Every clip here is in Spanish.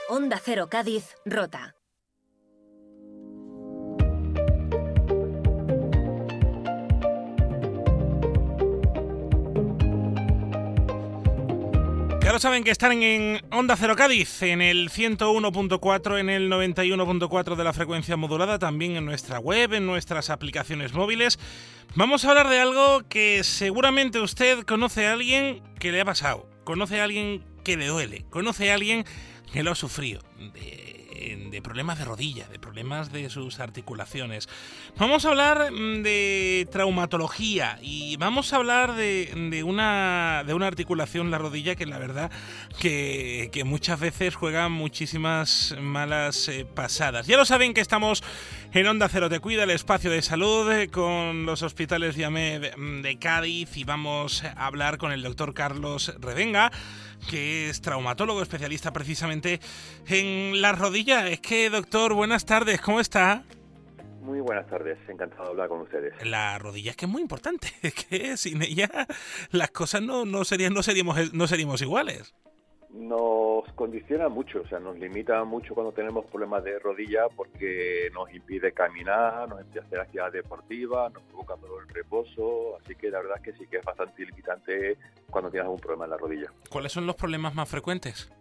Onda Cero Cádiz, Rota. Ya lo saben que están en Onda Cero Cádiz, en el 101.4, en el 91.4 de la frecuencia modulada, también en nuestra web, en nuestras aplicaciones móviles. Vamos a hablar de algo que seguramente usted conoce a alguien que le ha pasado, conoce a alguien que le duele, conoce a alguien que lo ha sufrido, de problemas de rodilla, de problemas de sus articulaciones. Vamos a hablar de traumatología y vamos a hablar de una articulación, la rodilla, que la verdad que muchas veces juega muchísimas malas pasadas. Ya lo saben que estamos en Onda Cero Te Cuida, el espacio de salud con los hospitales Viamed de Cádiz, y vamos a hablar con el doctor Carlos Revenga, que es traumatólogo especialista precisamente en las rodillas. Es que, doctor, buenas tardes, ¿cómo está? Muy buenas tardes, encantado de hablar con ustedes. La rodilla es que es muy importante, es que sin ella las cosas no seríamos iguales. Nos condiciona mucho, o sea, nos limita mucho cuando tenemos problemas de rodilla porque nos impide caminar, nos impide hacer actividad deportiva, nos provoca dolor en reposo, así que la verdad es que sí que es bastante limitante cuando tienes algún problema en la rodilla. ¿Cuáles son los problemas más frecuentes?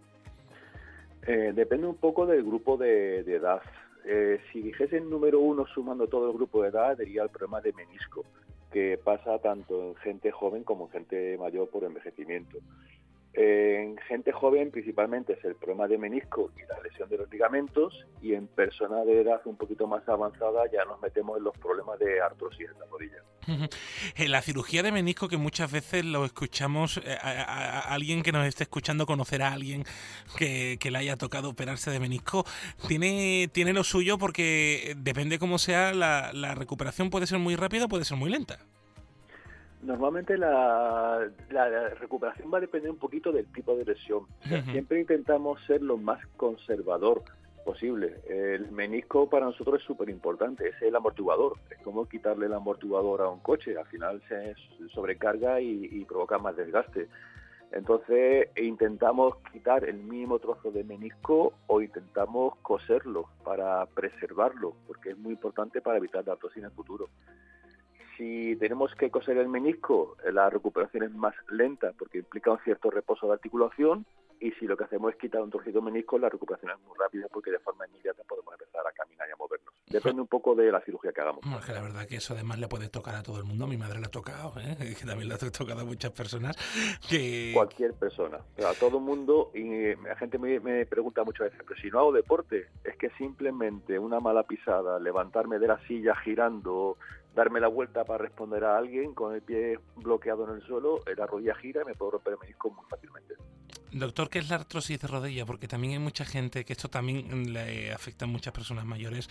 Depende un poco del grupo de edad. Si dijese el número uno sumando todo el grupo de edad, diría el problema de menisco, que pasa tanto en gente joven como en gente mayor por envejecimiento. En gente joven principalmente es el problema de menisco y la lesión de los ligamentos, y en personas de edad un poquito más avanzada ya nos metemos en los problemas de artrosis en la rodilla. En la cirugía de menisco, que muchas veces lo escuchamos, a alguien que nos esté escuchando conocer a alguien que le haya tocado operarse de menisco, tiene lo suyo, porque depende cómo sea la recuperación, puede ser muy rápida o puede ser muy lenta. Normalmente la recuperación va a depender un poquito del tipo de lesión. O sea, siempre intentamos ser lo más conservador posible. El menisco para nosotros es súper importante, es el amortiguador. Es como quitarle el amortiguador a un coche, al final se sobrecarga y provoca más desgaste. Entonces intentamos quitar el mínimo trozo de menisco o intentamos coserlo para preservarlo, porque es muy importante para evitar la artrosis en el futuro. Si tenemos que coser el menisco, la recuperación es más lenta porque implica un cierto reposo de articulación, y si lo que hacemos es quitar un trocito de menisco, la recuperación es muy rápida porque de forma inmediata podemos empezar a caminar y a movernos. Depende un poco de la cirugía que hagamos. No, es que la verdad que eso además le puede tocar a todo el mundo. A mi madre le ha tocado, que también le ha tocado a muchas personas. Cualquier persona, a todo el mundo. Y la gente me pregunta muchas veces, pero si no hago deporte, es que simplemente una mala pisada, levantarme de la silla girando, darme la vuelta para responder a alguien con el pie bloqueado en el suelo, la rodilla gira y me puedo romper el menisco muy fácilmente. Doctor, ¿qué es la artrosis de rodilla? Porque también hay mucha gente, que esto también le afecta a muchas personas mayores.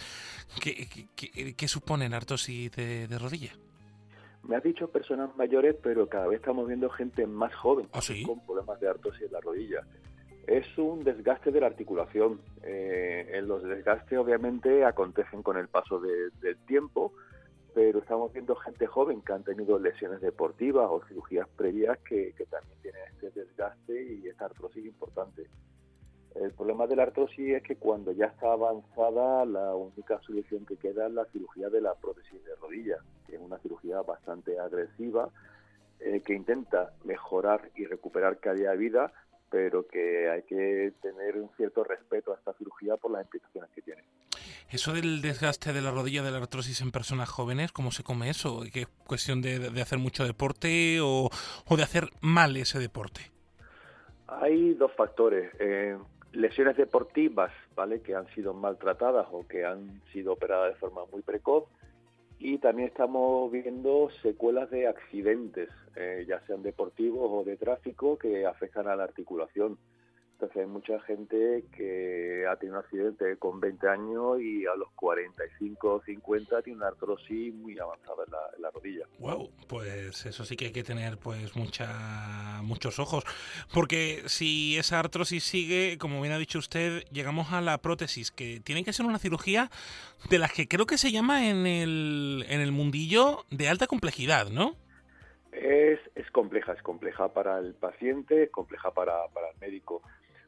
¿Qué supone la artrosis de rodilla? Me has dicho personas mayores, pero cada vez estamos viendo gente más joven con problemas de artrosis en la rodilla. Es un desgaste de la articulación. Los desgastes obviamente acontecen con el paso del tiempo, pero estamos viendo gente joven que han tenido lesiones deportivas o cirugías previas que también tienen este desgaste y esta artrosis importante. El problema de la artrosis es que cuando ya está avanzada, la única solución que queda es la cirugía de la prótesis de rodilla, que es una cirugía bastante agresiva, que intenta mejorar y recuperar calidad de vida, pero que hay que tener un cierto respeto a esta cirugía por las implicaciones que tiene. Eso del desgaste de la rodilla, de la artrosis en personas jóvenes, ¿cómo se come eso? ¿Qué es cuestión de hacer mucho deporte o de hacer mal ese deporte? Hay dos factores. Lesiones deportivas, ¿vale?, que han sido maltratadas o que han sido operadas de forma muy precoz, y también estamos viendo secuelas de accidentes, ya sean deportivos o de tráfico, que afectan a la articulación. Entonces hay mucha gente que ha tenido un accidente con 20 años y a los 45 o 50 tiene una artrosis muy avanzada en la rodilla. Wow, pues eso sí que hay que tener pues muchos ojos, porque si esa artrosis sigue, como bien ha dicho usted, llegamos a la prótesis, que tiene que ser una cirugía de las que creo que se llama en el mundillo de alta complejidad, ¿no? Es compleja para el paciente, es compleja para el médico.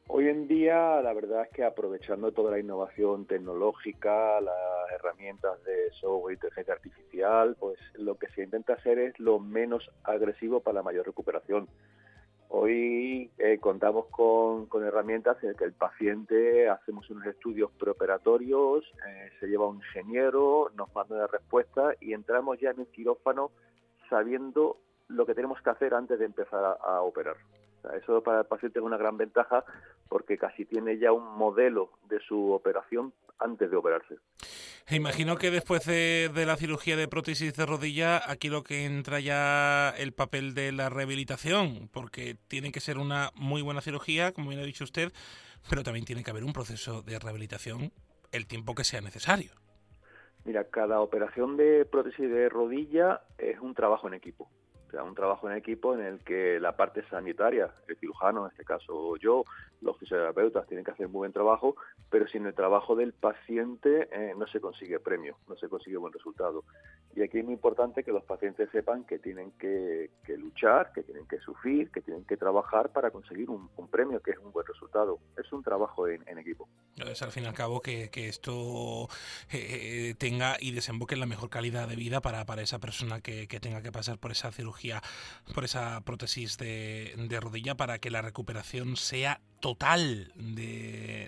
Hoy en día, la verdad es que aprovechando toda la innovación tecnológica, las herramientas de software e inteligencia artificial, pues lo que se intenta hacer es lo menos agresivo para la mayor recuperación. Hoy contamos con herramientas en las que el paciente, hacemos unos estudios preoperatorios, se lleva un ingeniero, nos manda una respuesta y entramos ya en el quirófano sabiendo lo que tenemos que hacer antes de empezar a operar. O sea, eso para el paciente es una gran ventaja porque casi tiene ya un modelo de su operación antes de operarse. Imagino que después de la cirugía de prótesis de rodilla, aquí lo que entra ya el papel de la rehabilitación, porque tiene que ser una muy buena cirugía, como bien ha dicho usted, pero también tiene que haber un proceso de rehabilitación el tiempo que sea necesario. Mira, cada operación de prótesis de rodilla es un trabajo en equipo. O sea, un trabajo en equipo en el que la parte sanitaria, el cirujano, en este caso yo, los fisioterapeutas tienen que hacer muy buen trabajo, pero sin el trabajo del paciente no se consigue premio, no se consigue buen resultado. Y aquí es muy importante que los pacientes sepan que tienen que luchar, que tienen que sufrir, que tienen que trabajar para conseguir un premio, que es un buen resultado. Es un trabajo en equipo. Es al fin y al cabo que esto tenga y desemboque en la mejor calidad de vida para esa persona que tenga que pasar por esa cirugía, por esa prótesis de rodilla, para que la recuperación sea total de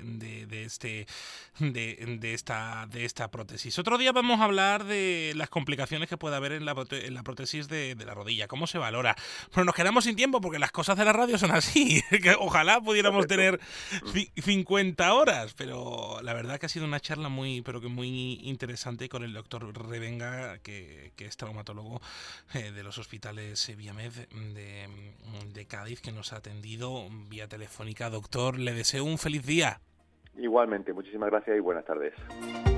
esta prótesis. Otro día vamos a hablar de las complicaciones que puede haber en la prótesis de la rodilla. ¿Cómo se valora? Pero nos quedamos sin tiempo porque las cosas de la radio son así. Que ojalá pudiéramos tener 50 horas, pero la verdad que ha sido una charla muy interesante con el doctor Revenga, que es traumatólogo de los hospitales Viamed de Cádiz, que nos ha atendido vía telefónica. Doctor, le deseo un feliz día. Igualmente, muchísimas gracias y buenas tardes.